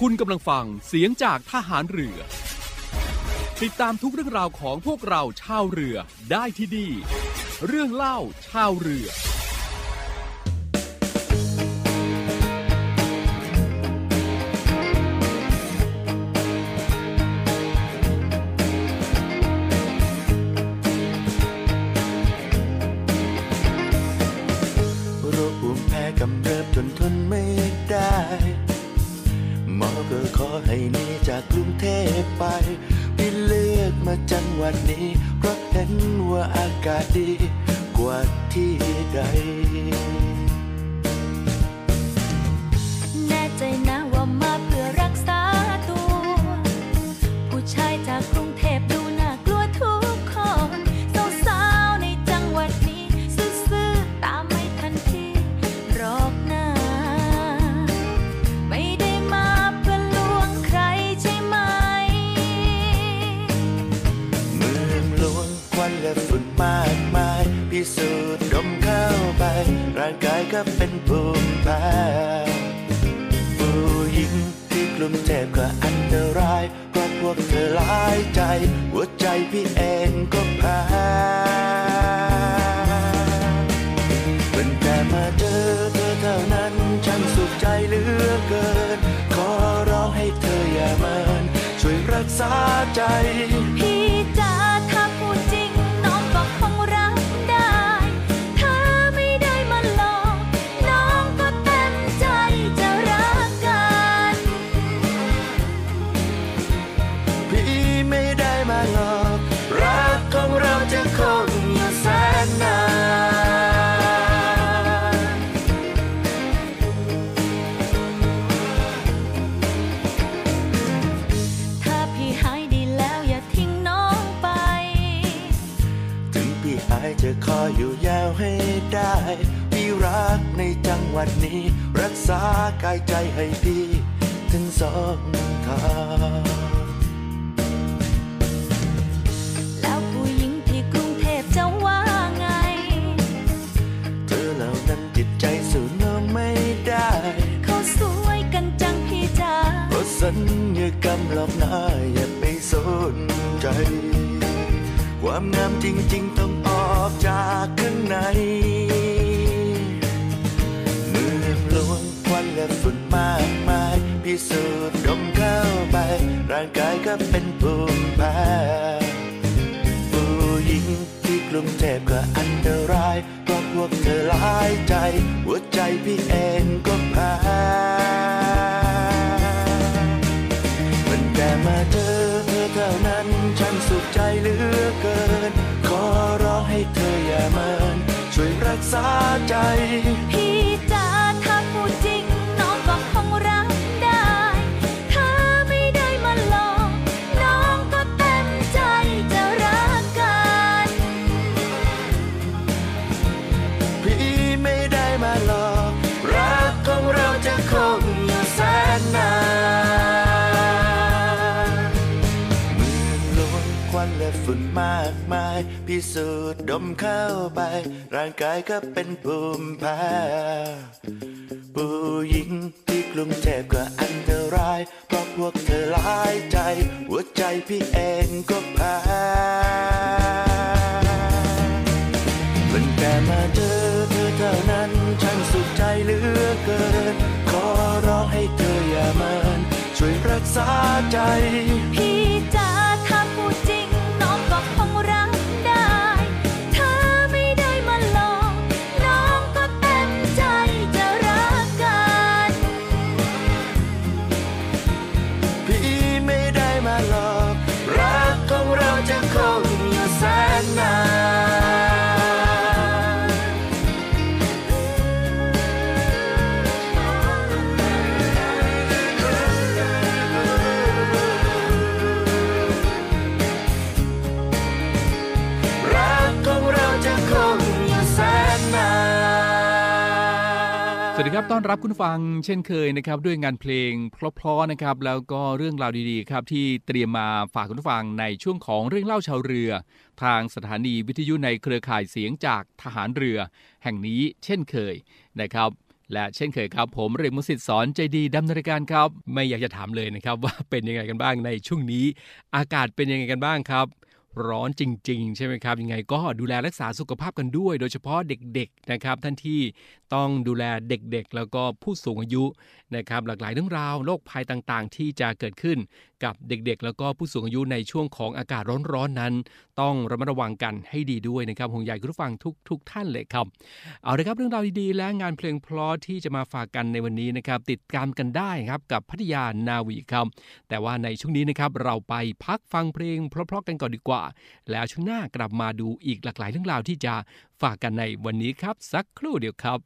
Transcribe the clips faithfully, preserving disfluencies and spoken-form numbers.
คุณกำลังฟังเสียงจากทหารเรือติดตามทุกเรื่องราวของพวกเราชาวเรือได้ที่นี่เรื่องเล่าชาวเรือโรคภูมิแพ้กำเริบจนทนไม่ได้หมอก็ขอให้หนีจากกรุงเทพไปพี่เลือกมาจังหวัดนี้เพราะเห็นว่าอากาศดีกว่าที่ใดแน่ใจนะว่ามาเพื่อรักษาตัวผู้ชายจากกรุงเทพดูน่ากลัวทุกคนสาวๆในจังหวัดนี้ซื่อๆตามไม่ทันทีหรอกนะไม่ได้มาเพื่อลวงใครใช่ไหมเมืองหลวงควันและฝุ่นมากมายพิสูจน์ดมเข้าไปร่างกายก็เป็นภูมิแพ้ผู้หญิงที่กลุ่มเทพก็อันตรายเพราะพวกเธอหลายใจหัวใจพี่เองก็แพ้เป็นแต่มาเจอเธอเท่านั้นฉันสุขใจเหลือเกินขอร้องให้เธออย่าเมินช่วยรักษาใจพี่จ๋าถ้าพูดจริงน้องก็คงรักได้ถ้าไม่ได้มาหลอกน้องก็เต็มใจจะรักกันพี่ไม่ได้มาหลอกรักของเราจะคงอยู่แสนนานถ้าพี่หายดีแล้วอย่าทิ้งน้องไปถึงพี่หายจะขออยู่ยาวให้ได้พี่รักในจังหวัดนี้รักษากายใจให้พี่ถึงสองทางแล้วผู้หญิงที่กรุงเทพจะว่าไงเธอเหล่านั้นจิตใจสู้น้องไม่ได้เขาสวยกันจังพี่จ๋าเพราะสัญญากรรมหลอกหน้าอย่าไปสนใจความงามจริงๆต้องออกจากข้างในเมืองหลวงควันและฝุ่นมากมายพิสูจน์ดมเข้าไปร่างกายก็เป็นภูมิแพ้ผู้หญิงที่กรุงเทพก็อันตรายเพราะพวกเธอหลายใจหัวใจพี่เองก็แพ้มันแต่มาเจอเธอเท่านั้นฉันสุขใจเหลือเกินขอร้องให้เธออย่าเมินช่วยรักษาใจพี่จ๋าถ้าพูดจริงน้องก็คงรักได้ถ้าไม่ได้มาหลอกน้องก็เต็มใจจะรักกันพี่ไม่ได้มาหลอกรักของเราจะคงอยู่แสนนานเมืองหลวงควันและฝุ่นมากมายพิสูจน์ดมเข้าไปร่างกายก็เป็นภูมิแพ้ผู้หญิงที่กรุงเทพก็อันตรายเพราะพวกเธอหลายใจหัวใจพี่เองก็แพ้เป็นแต่มาเจอเธอเท่านั้นฉันสุขใจเหลือเกินขอร้องให้เธออย่าเมินช่วยรักษาใจพี่จ๋าถ้าพูดจริงน้องก็คงรักได้ถ้าไม่ได้มาหลอกน้องก็เต็มใจจะรักกันพี่ไม่ได้มาหลอกรักของเราจะคงอยู่แสนนานสวัสดีครับต้อนรับคุณฟังเช่นเคยนะครับด้วยงานเพลงเพราะๆนะครับแล้วก็เรื่องราวดีๆครับที่เตรียมมาฝากคุณฟังในช่วงของเรื่องเล่าชาวเรือทางสถานีวิทยุในเครือข่ายเสียงจากทหารเรือแห่งนี้เช่นเคยนะครับและเช่นเคยครับผมเรกมุสิตสอนใจดีดำเนินรายการครับไม่อยากจะถามเลยนะครับว่าเป็นยังไงกันบ้างในช่วงนี้อากาศเป็นยังไงกันบ้างครับร้อนจริงๆใช่ไหมครับยังไงก็ดูแลรักษาสุขภาพกันด้วยโดยเฉพาะเด็กๆนะครับท่านที่ต้องดูแลเด็กๆแล้วก็ผู้สูงอายุนะครับหลากหลายเรื่องราวโรคภัยต่างๆที่จะเกิดขึ้นกับเด็กๆแล้วก็ผู้สูงอายุในช่วงของอากาศร้อนๆนั้นต้องระมัดระวังกันให้ดีด้วยนะครับห่วงใยคุณผู้ฟังทุกๆท่านเลยครับเอาละครับเรื่องราวดีๆและงานเพลงเพราะที่จะมาฝากกันในวันนี้นะครับติดตามกันได้ครับกับพัทยานาวีครับแต่ว่าในช่วงนี้นะครับเราไปพักฟังเพลงเพราะๆกันก่อนดีกว่าแล้วช่วงหน้ากลับมาดูอีกหลากหลายเรื่องราวที่จะฝากกันในวันนี้ครับสักครู่เดียวครับ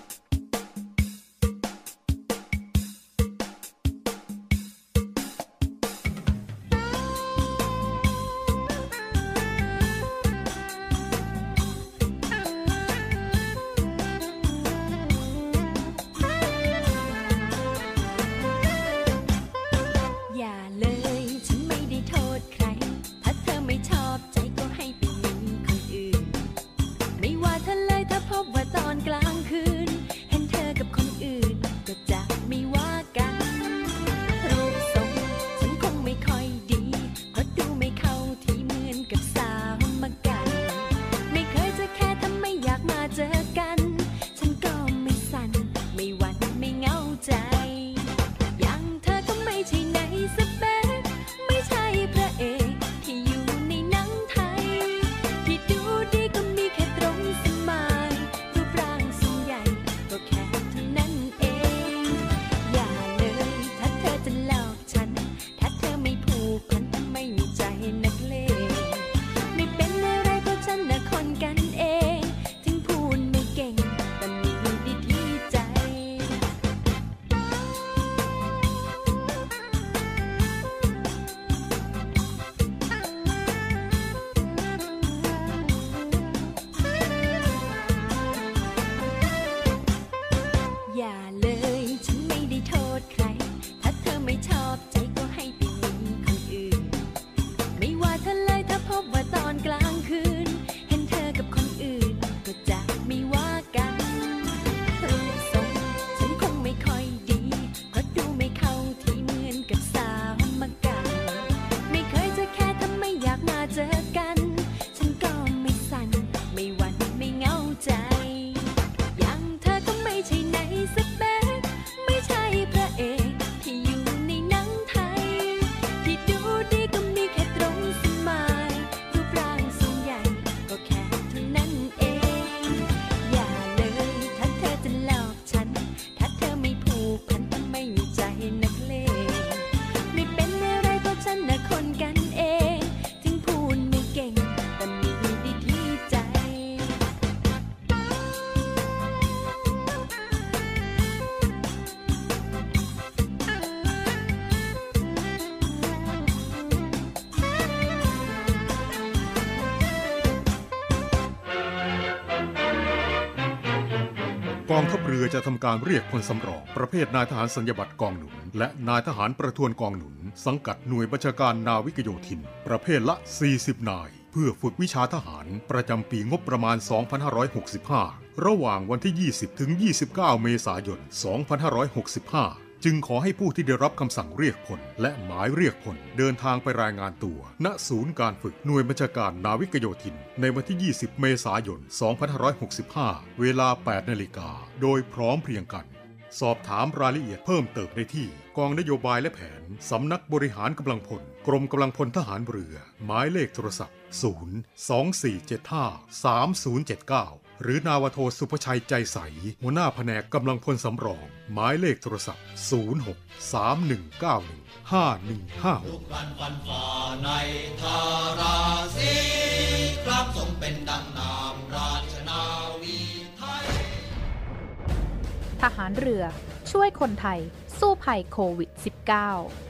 กองทัพเรือจะทำการเรียกพลสำรองประเภทนายทหารสัญญาบัตรกองหนุนและนายทหารประทวนกองหนุนสังกัดหน่วยบัญชาการนาวิกโยธินประเภทละสี่สิบนายเพื่อฝึกวิชาทหารประจำปีงบประมาณสองพันห้าร้อยหกสิบห้าระหว่างวันที่ยี่สิบถึงยี่สิบเก้าเมษายนสองพันห้าร้อยหกสิบห้าจึงขอให้ผู้ที่ได้รับคำสั่งเรียกพลและหมายเรียกพลเดินทางไปรายงานตัวณศูนย์การฝึกหน่วยบัญชาการนาวิกโยธินในวันที่ยี่สิบเมษายนสองพันห้าร้อยหกสิบห้าเวลา แปดนาฬิกาโดยพร้อมเพรียงกันสอบถามรายละเอียดเพิ่มเติมได้ที่กองนโยบายและแผนสำนักบริหารกำลังพลกรมกำลังพลทหารเรือหมายเลขโทรศัพท์ศูนย์ สอง สี่ เจ็ด ห้า สาม ศูนย์ เจ็ด เก้าหรือนาวาโทสุภชัยใจใสหัวหน้าแผนกกำลังพลสำรองหมายเลขโทรศัพท์ศูนย์ หก สาม หนึ่ง เก้า หนึ่ง ห้า หนึ่ง ห้า หกวันวันฝ่าในทาราศีครับทรงเป็นดังนามราชนาวีไทยทหารเรือช่วยคนไทยสู้ภัยโควิด สิบเก้า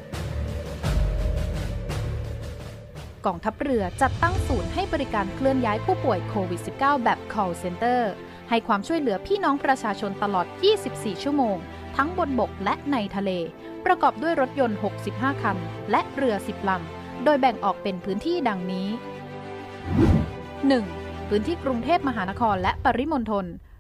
กองทัพเรือจัดตั้งศูนย์ให้บริการเคลื่อนย้ายผู้ป่วยโควิด สิบเก้า แบบ call center ให้ความช่วยเหลือพี่น้องประชาชนตลอดยี่สิบสี่ชั่วโมงทั้งบนบกและในทะเลประกอบด้วยรถยนต์หกสิบห้าคันและเรือสิบลำโดยแบ่งออกเป็นพื้นที่ดังนี้ หนึ่ง พื้นที่กรุงเทพมหานครและปริมณฑล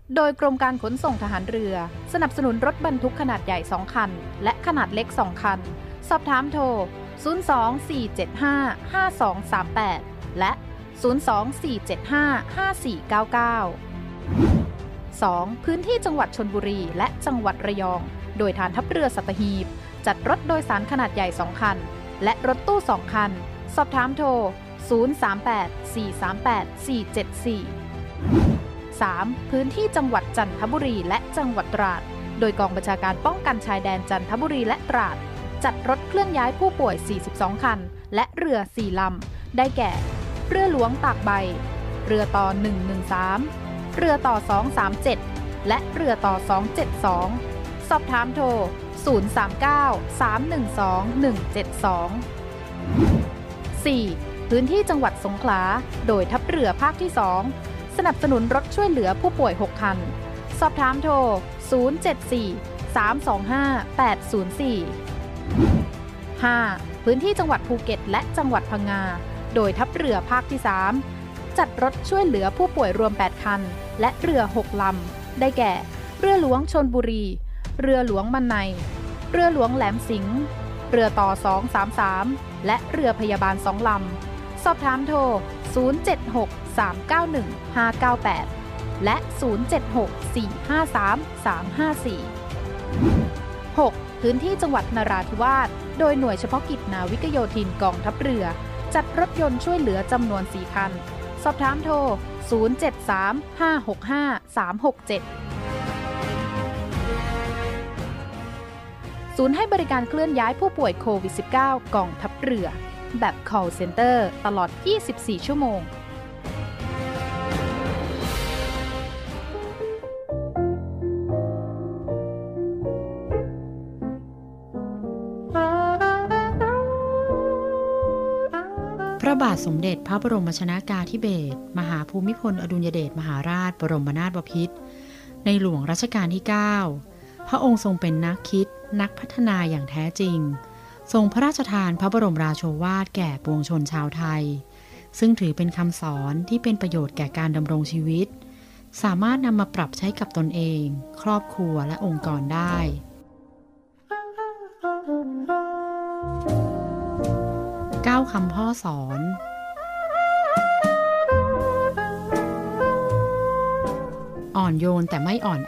โดยกรมการขนส่งทหารเรือสนับสนุนรถบรรทุกขนาดใหญ่สองคันและขนาดเล็กสองคันสอบถามโทรศูนย์ สอง สี่ เจ็ด ห้า ห้า สอง สาม แปดและศูนย์ สอง สี่ เจ็ด ห้า ห้า สี่ เก้า เก้า สอง. พื้นที่จังหวัดชลบุรีและจังหวัดระยองโดยฐานทัพเรือสัตหีบจัดรถโดยสารขนาดใหญ่สองคันและรถตู้สองคันสอบถามโทรศูนย์ สาม แปด สี่ สาม แปด สี่ เจ็ด สี่ สาม. พื้นที่จังหวัดจันทบุรีและจังหวัดตราดโดยกองบัญชาการป้องกันชายแดนจันทบุรีและตราดจัดรถเคลื่อนย้ายผู้ป่วยสี่สิบสองคันและเรือสี่ลำได้แก่เรือหลวงตากใบเรือต่อหนึ่งหนึ่งสามเรือต่อสองสามเจ็ดและเรือต่อสองเจ็ดสองสอบถามโทรศูนย์ สาม เก้า สาม หนึ่ง สอง หนึ่ง เจ็ด สอง สี่. พื้นที่จังหวัดสงขลาโดยทัพเรือภาคที่สองสนับสนุนรถช่วยเหลือผู้ป่วยหกคันสอบถามโทรศูนย์ เจ็ด สี่ สาม สอง ห้า แปด ศูนย์ สี่ ห้า. พื้นที่จังหวัดภูเก็ตและจังหวัดพังงาโดยทัพเรือภาคที่สามจัดรถช่วยเหลือผู้ป่วยรวมแปดคันและเรือหกลำได้แก่เรือหลวงชลบุรีเรือหลวงมันในเรือหลวงแหลมสิงห์เรือต่อสองสามสามและเรือพยาบาลสองลำสอบถามโทรศูนย์ เจ็ด หก สาม เก้า หนึ่ง ห้า เก้า แปดและศูนย์ เจ็ด หก สี่ ห้า สาม สาม ห้า สี่ หก. พื้นที่จังหวัดนราธิวาสโดยหน่วยเฉพาะกิจนาวิกโยธินกองทัพเรือจัดรถยนต์ช่วยเหลือจำนวนสี่คันสอบถามโทรศูนย์ เจ็ด สาม ห้า หก ห้า สาม หก เจ็ดศูนย์ให้บริการเคลื่อนย้ายผู้ป่วยโควิด สิบเก้า กองทัพเรือแบบ call center ตลอดยี่สิบสี่ชั่วโมงพระบาทสมเด็จพระบรมชนกาธิเบศรมหาภูมิพลอดุลยเดชมหาราชบรมนาถบพิตรในหลวงรัชกาลที่เก้าพระองค์ทรงเป็นนักคิดนักพัฒนาอย่างแท้จริงทรงพระราชทานพระบรมราโชวาทแก่ปวงชนชาวไทยซึ่งถือเป็นคำสอนที่เป็นประโยชน์แก่การดำรงชีวิตสามารถนำมาปรับใช้กับตนเองครอบครัวและองค์กรได้เก้าคำพ่อสอนอ่อนโยนแต่ไม่อ่อนแอ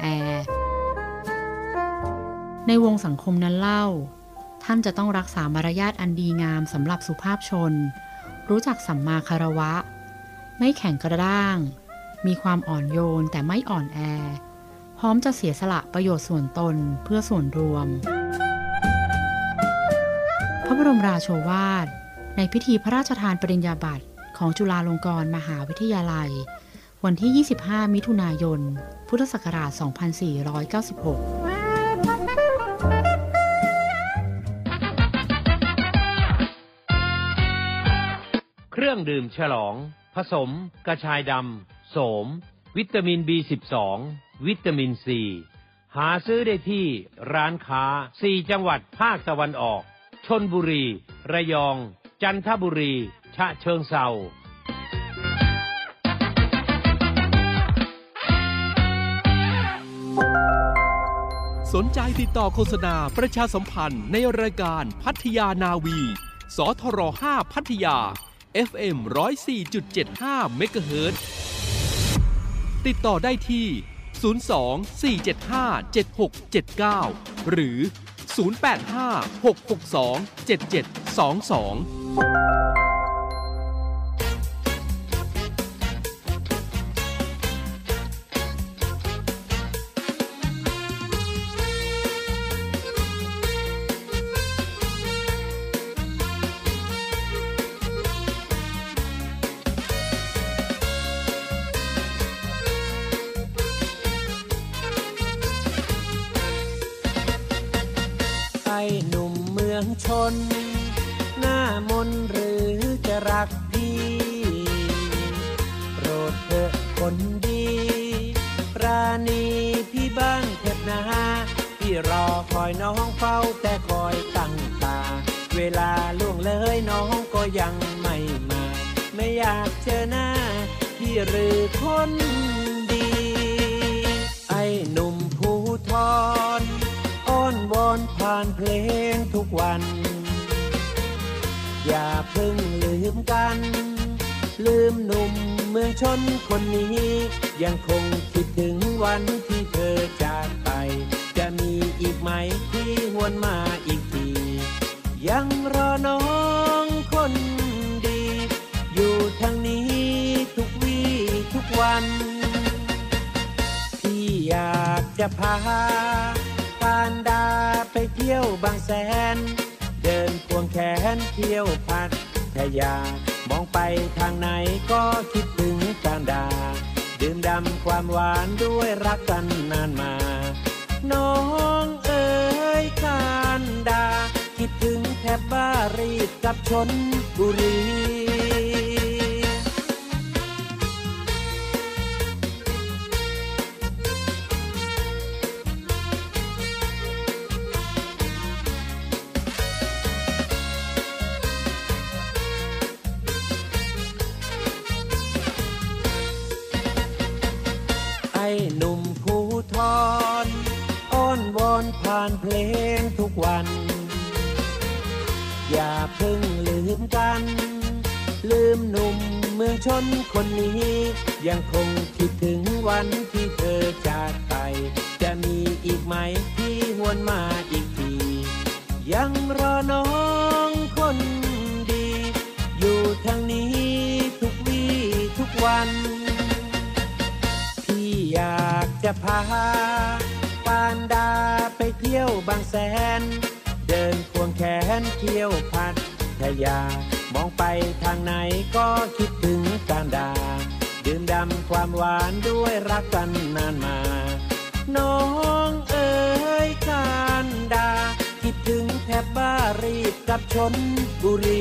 ในวงสังคมนั้นเล่าท่านจะต้องรักษามารยาทอันดีงามสำหรับสุภาพชนรู้จักสัมมาคารวะไม่แข็งกระด้างมีความอ่อนโยนแต่ไม่อ่อนแอพร้อมจะเสียสละประโยชน์ส่วนตนเพื่อส่วนรวมพระบรมราโชวาทในพิธีพระราชทานปริญญาบัตรของจุฬาลงกรณ์มหาวิทยาลัยวันที่ยี่สิบห้ามิถุนายนพุทธศักราชสองพันสี่ร้อยเก้าสิบหกเครื่องดื่มฉลองผสมกระชายดำโสมวิตามิน บี สิบสอง วิตามิน ซี หาซื้อได้ที่ร้านค้าสี่จังหวัดภาคตะวันออกชลบุรีระยองจันทบุรีฉะเชิงเทราสนใจติดต่อโฆษณาประชาสัมพันธ์ในรายการพัทยานาวีสทรห้าพัทยา เอฟ เอ็ม หนึ่งศูนย์สี่จุดเจ็ดห้า เมกะเฮิรตซ์ติดต่อได้ที่ ศูนย์ สอง สี่ เจ็ด ห้า เจ็ด หก เจ็ด เก้า หรือ ศูนย์ แปด ห้า หก หก สอง เจ็ด เจ็ด สอง สองไอ้หนุ่มเมืองชนหน้ามนหรือจะรักพี่โปรดเถอะคนดีปราณีพี่บ้างเถิดนะพี่รอคอยน้องเฝ้าแต่คอยตั้งตาเวลาล่วงเลยน้องก็ยังไม่มาไม่อยากเจอหน้าพี่หรือคนดีหนุ่มภูทรอ้อนวอนผ่านเพลงทุกวันอย่าเพิ่งลืมกันลืมหนุ่มเมืองชนคนนี้ยังคงคิดถึงวันที่เธอจากไปจะมีอีกไหมที่หวนมาอีกทียังรอน้องคนดีอยู่ทางนี้ทุกวี่ทุกวันพี่อยากจะพาปานดาไปเที่ยวบางแสนเดินควงแขนเที่ยวพัทยามองไปทางไหนก็คิดถึงการดาดื่มด่ำความหวานด้วยรักกันนานมาน้องเอ๋ยการดาคิดถึงแถบบ้ารีดกับชลบุรีหนุ่มภูทรอ้อนวอนผ่านเพลงทุกวันอย่าเพิ่งลืมกันลืมหนุ่มเมืองชนคนนี้ยังคงคิดถึงวันที่เธอจากไปจะมีอีกไหมที่หวนมาอีกทียังรอน้องคนดีอยู่ทางนี้ทุกวี่ทุกวันอยากจะพาปานดาไปเที่ยวบางแสนเดินควงแขนเที่ยวพัทยามองไปทางไหนก็คิดถึงการดาดื่มด่ำความหวานด้วยรักกันนานมาน้องเอ๋ยการดาคิดถึงแถบบ้ารีดกับชลบุรี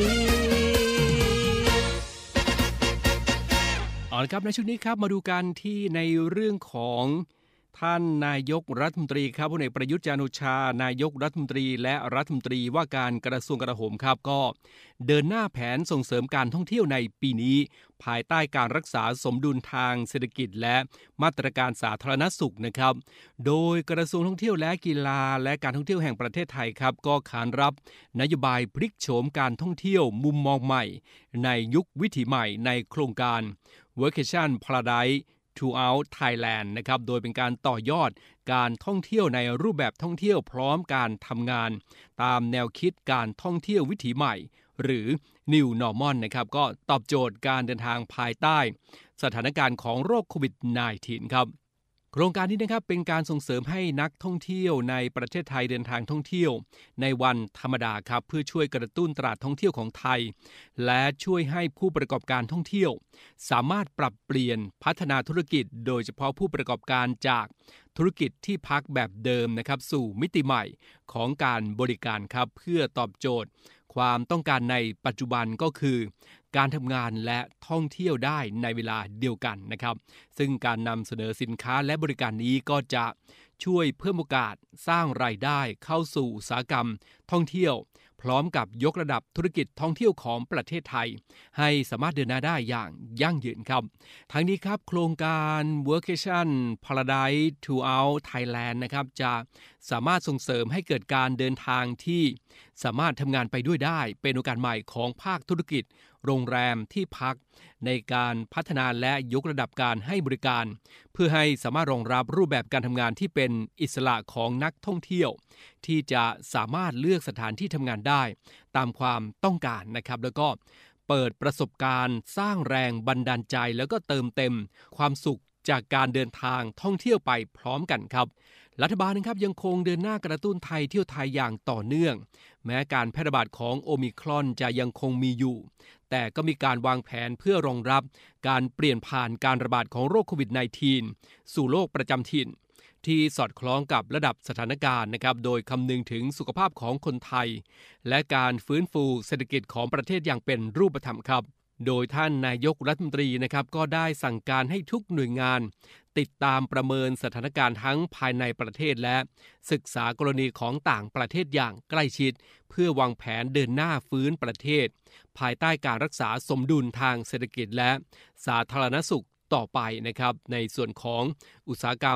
เอาละครับในช่วงนี้ครับมาดูกันที่ในเรื่องของท่านนายกรัฐมนตรีครับพลเอกประยุทธ์จันทร์โอชานายกรัฐมนตรีและรัฐมนตรีว่าการกระทรวงกลาโหมครับก็เดินหน้าแผนส่งเสริมการท่องเที่ยวในปีนี้ภายใต้การรักษาสมดุลทางเศรษฐกิจและมาตรการสาธารณสุขนะครับโดยกระทรวงท่องเที่ยวและกีฬาและการท่องเที่ยวแห่งประเทศไทยครับก็ขานรับนโยบายพลิกโฉมการท่องเที่ยวมุมมองใหม่ในยุควิถีใหม่ในโครงการVacation Paradise Throughout Thailand นะครับโดยเป็นการต่อยอดการท่องเที่ยวในรูปแบบท่องเที่ยวพร้อมการทำงานตามแนวคิดการท่องเที่ยววิถีใหม่หรือ New Normal นะครับก็ตอบโจทย์การเดินทางภายใต้สถานการณ์ของโรคโควิด สิบเก้า ครับโครงการนี้นะครับเป็นการส่งเสริมให้นักท่องเที่ยวในประเทศไทยเดินทางท่องเที่ยวในวันธรรมดาครับเพื่อช่วยกระตุ้นตลาดท่องเที่ยวของไทยและช่วยให้ผู้ประกอบการท่องเที่ยวสามารถปรับเปลี่ยนพัฒนาธุรกิจโดยเฉพาะผู้ประกอบการจากธุรกิจที่พักแบบเดิมนะครับสู่มิติใหม่ของการบริการครับเพื่อตอบโจทย์ความต้องการในปัจจุบันก็คือการทำงานและท่องเที่ยวได้ในเวลาเดียวกันนะครับซึ่งการนำเสนอสินค้าและบริการนี้ก็จะช่วยเพิ่มโอกาสสร้างรายได้เข้าสู่อุตสาหกรรมท่องเที่ยวพร้อมกับยกระดับธุรกิจท่องเที่ยวของประเทศไทยให้สามารถเดินหน้าได้อย่างยั่งยืนครับทั้งนี้ครับโครงการ Vacation Paradise Throughout Thailand นะครับจะสามารถส่งเสริมให้เกิดการเดินทางที่สามารถทำงานไปด้วยได้เป็นโอกาสใหม่ของภาคธุรกิจโรงแรมที่พักในการพัฒนาและยกระดับการให้บริการเพื่อให้สามารถรองรับรูปแบบการทำงานที่เป็นอิสระของนักท่องเที่ยวที่จะสามารถเลือกสถานที่ทำงานได้ตามความต้องการนะครับแล้วก็เปิดประสบการณ์สร้างแรงบันดาลใจแล้วก็เติมเต็มความสุขจากการเดินทางท่องเที่ยวไปพร้อมกันครับรัฐบาลนะครับยังคงเดินหน้ากระตุ้นไทยเที่ยวไทยอย่างต่อเนื่องแม้การแพร่ระบาดของโอมิครอนจะยังคงมีอยู่แต่ก็มีการวางแผนเพื่อรองรับการเปลี่ยนผ่านการระบาดของโรคโควิด สิบเก้า สู่โรคประจำถิ่นที่สอดคล้องกับระดับสถานการณ์นะครับโดยคำนึงถึงสุขภาพของคนไทยและการฟื้นฟูเศรษฐกิจของประเทศอย่างเป็นรูปธรรมครับโดยท่านนายกรัฐมนตรีนะครับก็ได้สั่งการให้ทุกหน่วยงานติดตามประเมินสถานการณ์ทั้งภายในประเทศและศึกษากรณีของต่างประเทศอย่างใกล้ชิดเพื่อวางแผนเดินหน้าฟื้นประเทศภายใต้การรักษาสมดุลทางเศรษฐกิจและสาธารณสุขต่อไปนะครับในส่วนของอุตสาหกรรม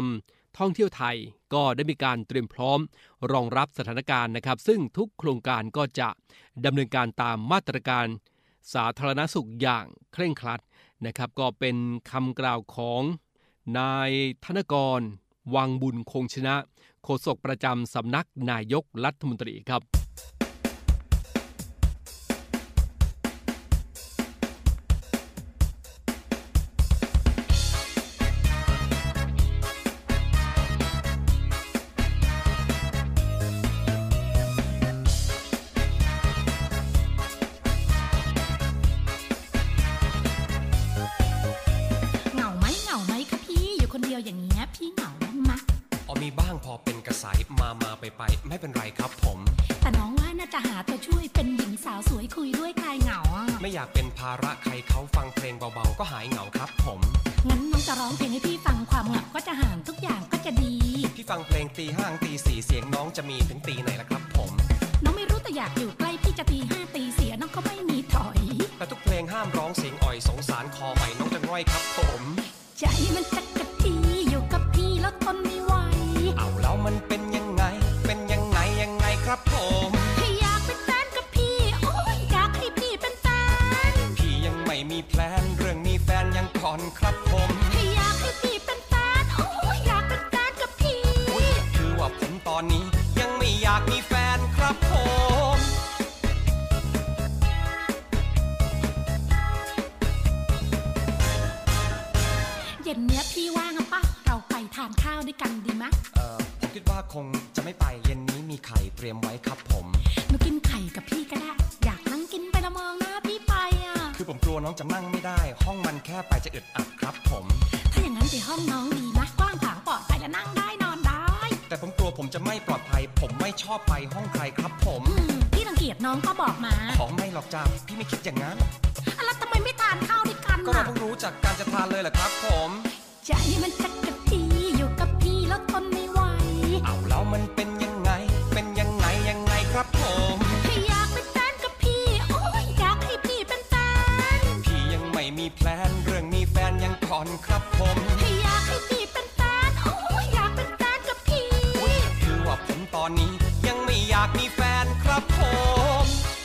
ท่องเที่ยวไทยก็ได้มีการเตรียมพร้อมรองรับสถานการณ์นะครับซึ่งทุกโครงการก็จะดำเนินการตามมาตรการสาธารณสุขอย่างเคร่งครัดนะครับก็เป็นคำกล่าวของนายธนกรวังบุญคงชนะโฆษกประจำสำนักนายกรัฐมนตรีครับมาไปไปไม่เป็นไรครับผมแต่น้องว่าน่าจะหาตัวช่วยเป็นหญิงสาวสวยคุยด้วยคลายเหงาอ่ะไม่อยากเป็นภาระใครเขาฟังเพลงเบาๆก็หายเหงาครับผมงั้นน้องจะร้องเพลงให้พี่ฟังความเหงาก็จะห่างทุกอย่างก็จะดีพี่ฟังเพลงตีห้างตีสี่เสียงน้องจะมีถึงตีไหนล่ะครับผมน้องไม่รู้แต่อยากอยู่ใกล้พี่จะตีห้าตีเสียน้องก็ไม่มีถอยแต่ทุกเพลงห้ามร้องเสียงอ่อยสงสารคอหอยน้องจะง่อยครับผมใจมันจักกะทีอยู่กับพี่แล้วทนไม่ไหวเอาแล้วมันเป็นยังไงเป็นยังไงยังไงครับผมอยากเป็นแฟนกับพี่โอ้ยอยากให้พี่เป็นแฟนพี่ยังไม่มีแพลนเรื่องมีแฟนยังก่อนครับผมอยากให้พี่เป็นแฟนโอ้ยอยากเป็นแฟนกับพี่คือว่าผมตอนนี้ยังไม่อยากมีแฟนครับผมเย็นเนี้ยพี่ว่างปะเราไปทานข้าวด้วยกันดีมะเอ่อผมคิดว่าคงจะไม่ไปเย็นนี้มีไข่เตรียมไว้ครับผมหนูกินไข่กับพี่ก็ได้อยากนั่งกินไปละมองหน้าพี่ไปอ่ะคือผมกลัวน้องจะนั่งไม่ได้ห้องมันแค่ไปจะอึดอัดครับผมถ้าอย่างนั้นไปห้องน้องดีมะกว้างขวางปลอดภัยและนั่งได้นอนได้แต่ผมกลัวผมจะไม่ปลอดภัยผมไม่ชอบไปห้องใครครับผมพี่รังเกียจน้องก็บอกมาขอไม่หรอกจ้าพี่ไม่คิดอย่างนั้นแล้วทำไมไม่ทานข้าวด้วยกันก็เราเพิ่งรู้จักการจะทานเลยแหละครับผมใจมันจักกะทีอยู่กับพี่แล้วทนไม่ไหวเอาแล้วมันเป็นยังไงเป็นยังไงยังไงครับผมอยากเป็นแฟนกับพี่โอ้ยอยากให้พี่เป็นแฟนพี่ยังไม่มีแพลนเรื่องมีแฟนยังก่อนครับผมอยากให้พี่เป็นแฟนโอ้ยอยากเป็นแฟนกับพี่คือว่าผมตอนนี้ยังไม่อยากมีแฟนครับผม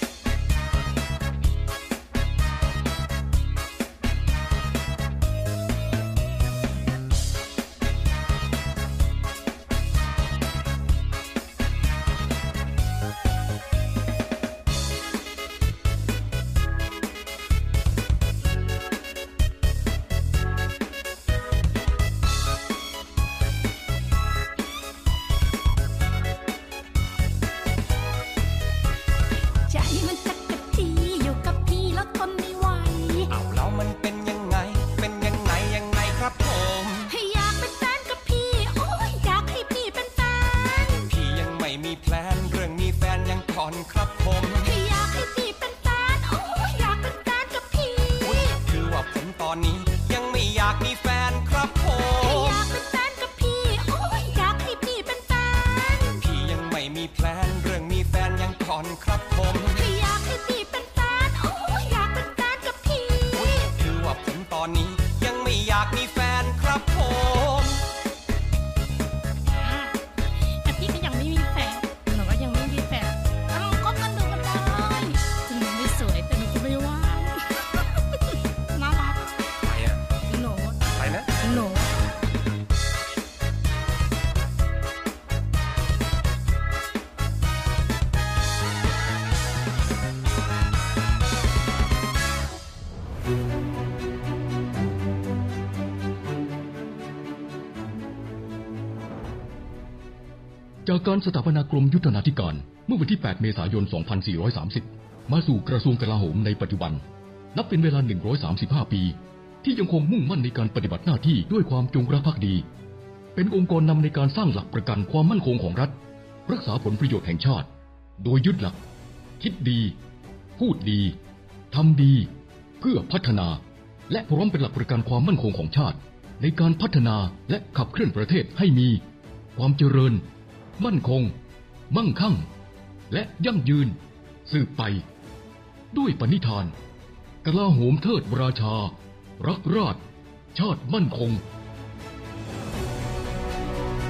จากการสถาปนากรมยุทธนาธิการเมื่อวันที่แปดเมษายนสองพันสี่ร้อยสามสิบมาสู่กระทรวงกลาโหมในปัจจุบันนับเป็นเวลาหนึ่งร้อยสามสิบห้าปีที่ยังคงมุ่งมั่นในการปฏิบัติหน้าที่ด้วยความจงรักภักดีเป็นองค์กรนำในการสร้างหลักประกันความมั่นคงของรัฐรักษาผลประโยชน์แห่งชาติโดยยึดหลักคิดดีพูดดีทำดีเพื่อพัฒนาและพร้อมเป็นหลักประกันความมั่นคงของชาติในการพัฒนาและขับเคลื่อนประเทศให้มีความเจริญมั่นคงมั่งคั่งและยั่งยืนสืบไปด้วยปณิธานกลาโหมเทิดราชารักราชชาติมั่นคง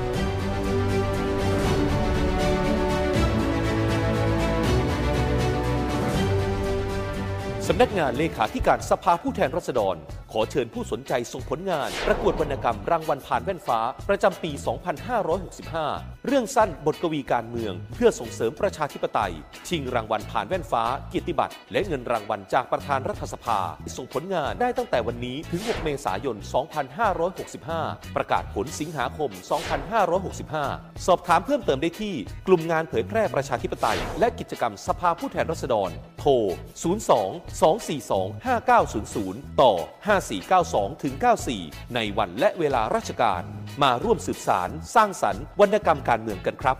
สำนักงานเลขาธิการสภาผู้แทนราษฎรขอเชิญผู้สนใจส่งผลงานประกวดวรรณกรรมรางวัลผ่านแว่นฟ้าประจำปี สองพันห้าร้อยหกสิบห้า เรื่องสั้นบทกวีการเมืองเพื่อส่งเสริมประชาธิปไตยชิงรางวัลผ่านแว่นฟ้าเกียรติบัตรและเงินรางวัลจากประธานรัฐสภาส่งผลงานได้ตั้งแต่วันนี้ถึง หก เมษายน สองพันห้าร้อยหกสิบห้า ประกาศผลสิงหาคม สองพันห้าร้อยหกสิบห้า สอบถามเพิ่มเติมได้ที่กลุ่มงานเผยแพร่ประชาธิปไตยและกิจกรรมสภาผู้แทนราษฎรโทร ศูนย์ สอง สอง สี่ สอง ห้า เก้า ศูนย์ ศูนย์ ต่อ ห้า สี่ เก้า สอง ถึง เก้า สี่ ในวันและเวลาราชการมาร่วมสืบสารสร้างสรรค์วรรณกรรมการเมืองกันครับ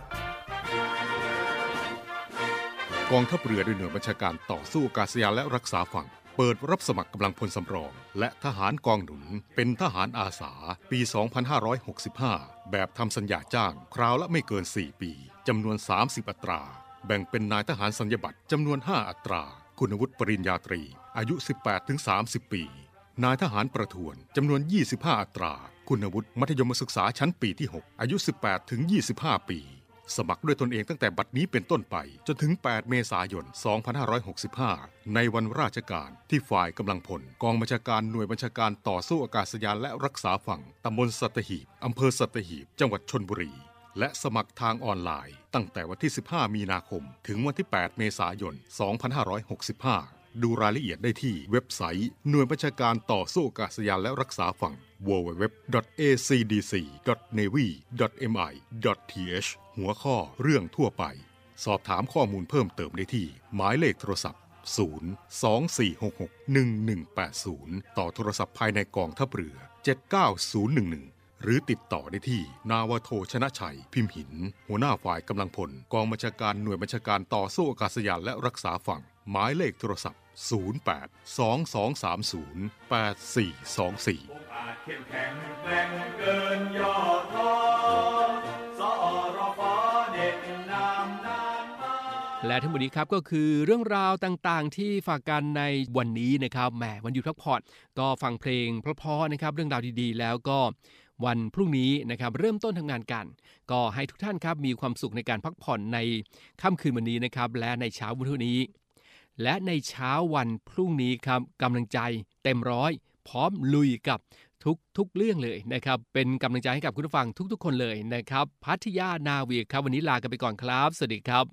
กองทัพเรือด้วยหน่วยบัญชาการต่อสู้อากาศยานและรักษาฝั่งเปิดรับสมัครกำลังพลสำรองและทหารกองหนุนเป็นทหารอาสาปี สองพันห้าร้อยหกสิบห้า แบบทำสัญญาจ้างคราวละไม่เกิน สี่ ปีจำนวน สามสิบ อัตราแบ่งเป็นนายทหารสัญญาบัตรจำนวน ห้า อัตราคุณวุฒิปริญญาตรีอายุ สิบแปดถึงสามสิบ ปีนายทหารประทวนจำนวน ยี่สิบห้า อัตราคุณวุฒิมัธยมศึกษาชั้นปีที่ หก อายุ สิบแปดถึงยี่สิบห้า ปีสมัครด้วยตนเองตั้งแต่บัดนี้เป็นต้นไปจนถึง แปด เมษายน สองพันห้าร้อยหกสิบห้า ในวันราชการที่ฝ่ายกำลังพลกองบัญชาการหน่วยบัญชาการต่อสู้อากาศยานและรักษาฝั่งตำบลสัตหีบอำเภอสัตหีบจังหวัดชลบุรีและสมัครทางออนไลน์ตั้งแต่วันที่ สิบห้า มีนาคมถึงวันที่ แปด เมษายน สองพันห้าร้อยหกสิบห้า ดูรายละเอียดได้ที่เว็บไซต์หน่วยบัญชาการต่อสู้อากาศยานและรักษาฝั่ง ดับเบิลยู ดับเบิลยู ดับเบิลยู ดอท เอ ซี ดี ซี ดอท เนวี ดอท เอ็ม ไอ ดอท ที เอช หัวข้อเรื่องทั่วไปสอบถามข้อมูลเพิ่มเติมได้ที่หมายเลขโทรศัพท์ ศูนย์ สอง สี่ หก หก หนึ่ง หนึ่ง แปด ศูนย์ ต่อโทรศัพท์ภายในกองทัพเรือ เจ็ด เก้า ศูนย์ หนึ่ง หนึ่ง หรือติดต่อได้ที่นาวาโทชนะชัยพิมพ์หินหัวหน้าฝ่ายกำลังพลกองบัญชาการหน่วยบัญชาการต่อสู้อากาศยานและรักษาฝั่งหมายเลขโทรศัพท์ ศูนย์ แปด สอง สอง สาม ศูนย์ แปด สี่ สอง สี่เข้มแข็งแกร่งเกินยอดท้อสอรฟ้าเด็ดนามนานมาและทั้งหมดนี้ครับก็คือเรื่องราวต่างๆที่ฝากกันในวันนี้นะครับแหมวันหยุดพักผ่อนก็ฟังเพลงเพราะๆนะครับเรื่องราวดีๆแล้วก็วันพรุ่งนี้นะครับเริ่มต้นทำงานกันก็ให้ทุกท่านครับมีความสุขในการพักผ่อนในค่ำคืนวันนี้นะครับและในเช้าวันพรุ่งนี้และในเช้าวันพรุ่งนี้ครับกำลังใจเต็มร้อยพร้อมลุยกับทุกทุกเรื่องเลยนะครับเป็นกำลังใจให้กับคุณผู้ฟังทุกๆคนเลยนะครับพัทยานาวีครับวันนี้ลากันไปก่อนครับสวัสดีครับ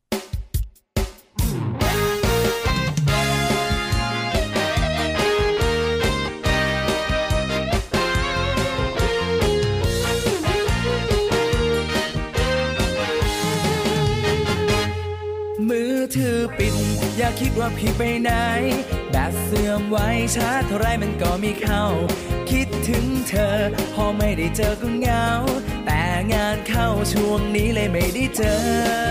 มือถือปิดอย่าคิดว่าพี่ไปไหนแบตเสื่อมไว้ชาร์จเท่าไรมันก็มีเข้าคิดถึงเธอพอไม่ได้เจอก็เหงาแต่งานเข้าช่วงนี้เลยไม่ได้เจอ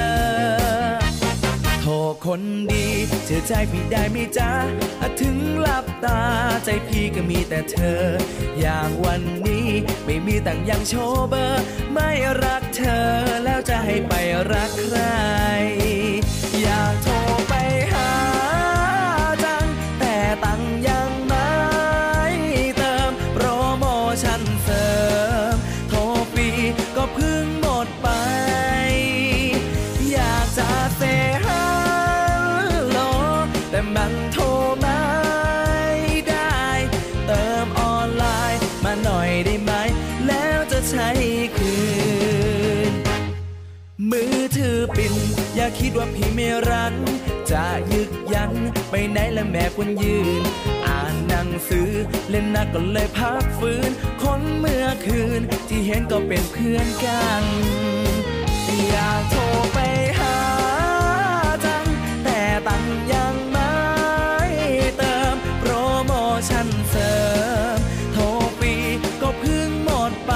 โทรคนดีเชื่อใจพี่ได้ไหมจ๊ะถึงหลับตาใจพี่ก็มีแต่เธออย่างวันนี้ไม่มีตังค์ยังโชว์เบอร์ไม่รักเธอแล้วจะให้ไปรักใครอยากโทรไปหาจังแต่ตังค์ยังไม่เติมโปรโมชั่นเสริมโทรฟรีก็เพิ่งหมดไปอยากจะเซฮัลโหลแต่มันโทรไม่ได้เติมออนไลน์มาหน่อยได้ไหมแล้วจะใช้คืนมือถือปิดอย่าคิดว่าพี่ไม่รักจะยึกยันไปไหนและแม่ควรยืนอ่านหนังสือเล่นหนักก็เลยพักฟื้นคนเมื่อคืนที่เห็นก็เป็นเพื่อนกันอยากโทรไปหาจังแต่ตังค์ยังไม่เติมโปรโมชั่นเสริมโทรฟรีก็เพิ่งหมดไป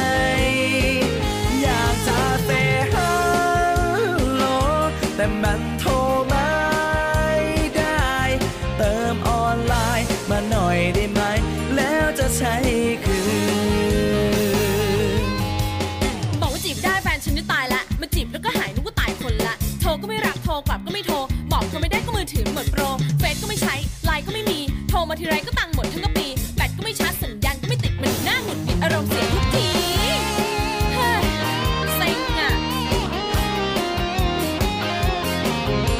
อยากจะเซฮัลโหลแต่มันโทรไม่ได้เติมออนไลน์มาหน่อยได้ไหมแล้วจะใช้คืนบอกว่าจีบได้แฟนฉันจะตายละมาจีบแล้วก็หายนึกว่าตายคนละโทรก็ไม่รับโทรกลับก็ไม่โทรบอกเธอไม่ได้ก็มือถือหมดโปรเฟซก็ไม่ใช้ไลน์ก็ไม่มีโทรมาทีไรก็ตังค์หมดทั้งกะปีแบตก็ไม่ชาร์จสัญญาณก็ไม่ติดมันหน้าหงุดหงิดอารมณ์เสียทุกทีเฮ้ยเซ็งอ่ะ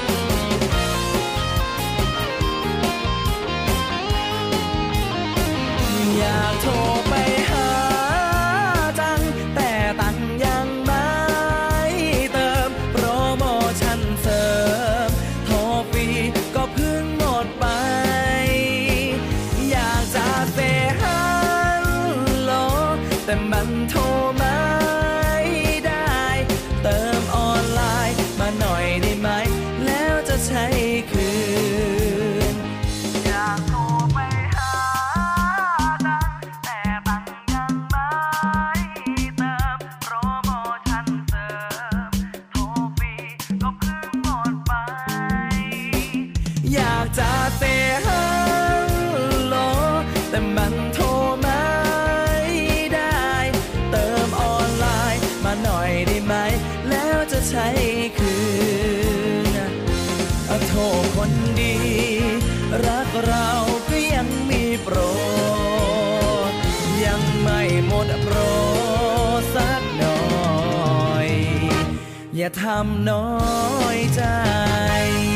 อย่าทำน้อยใจ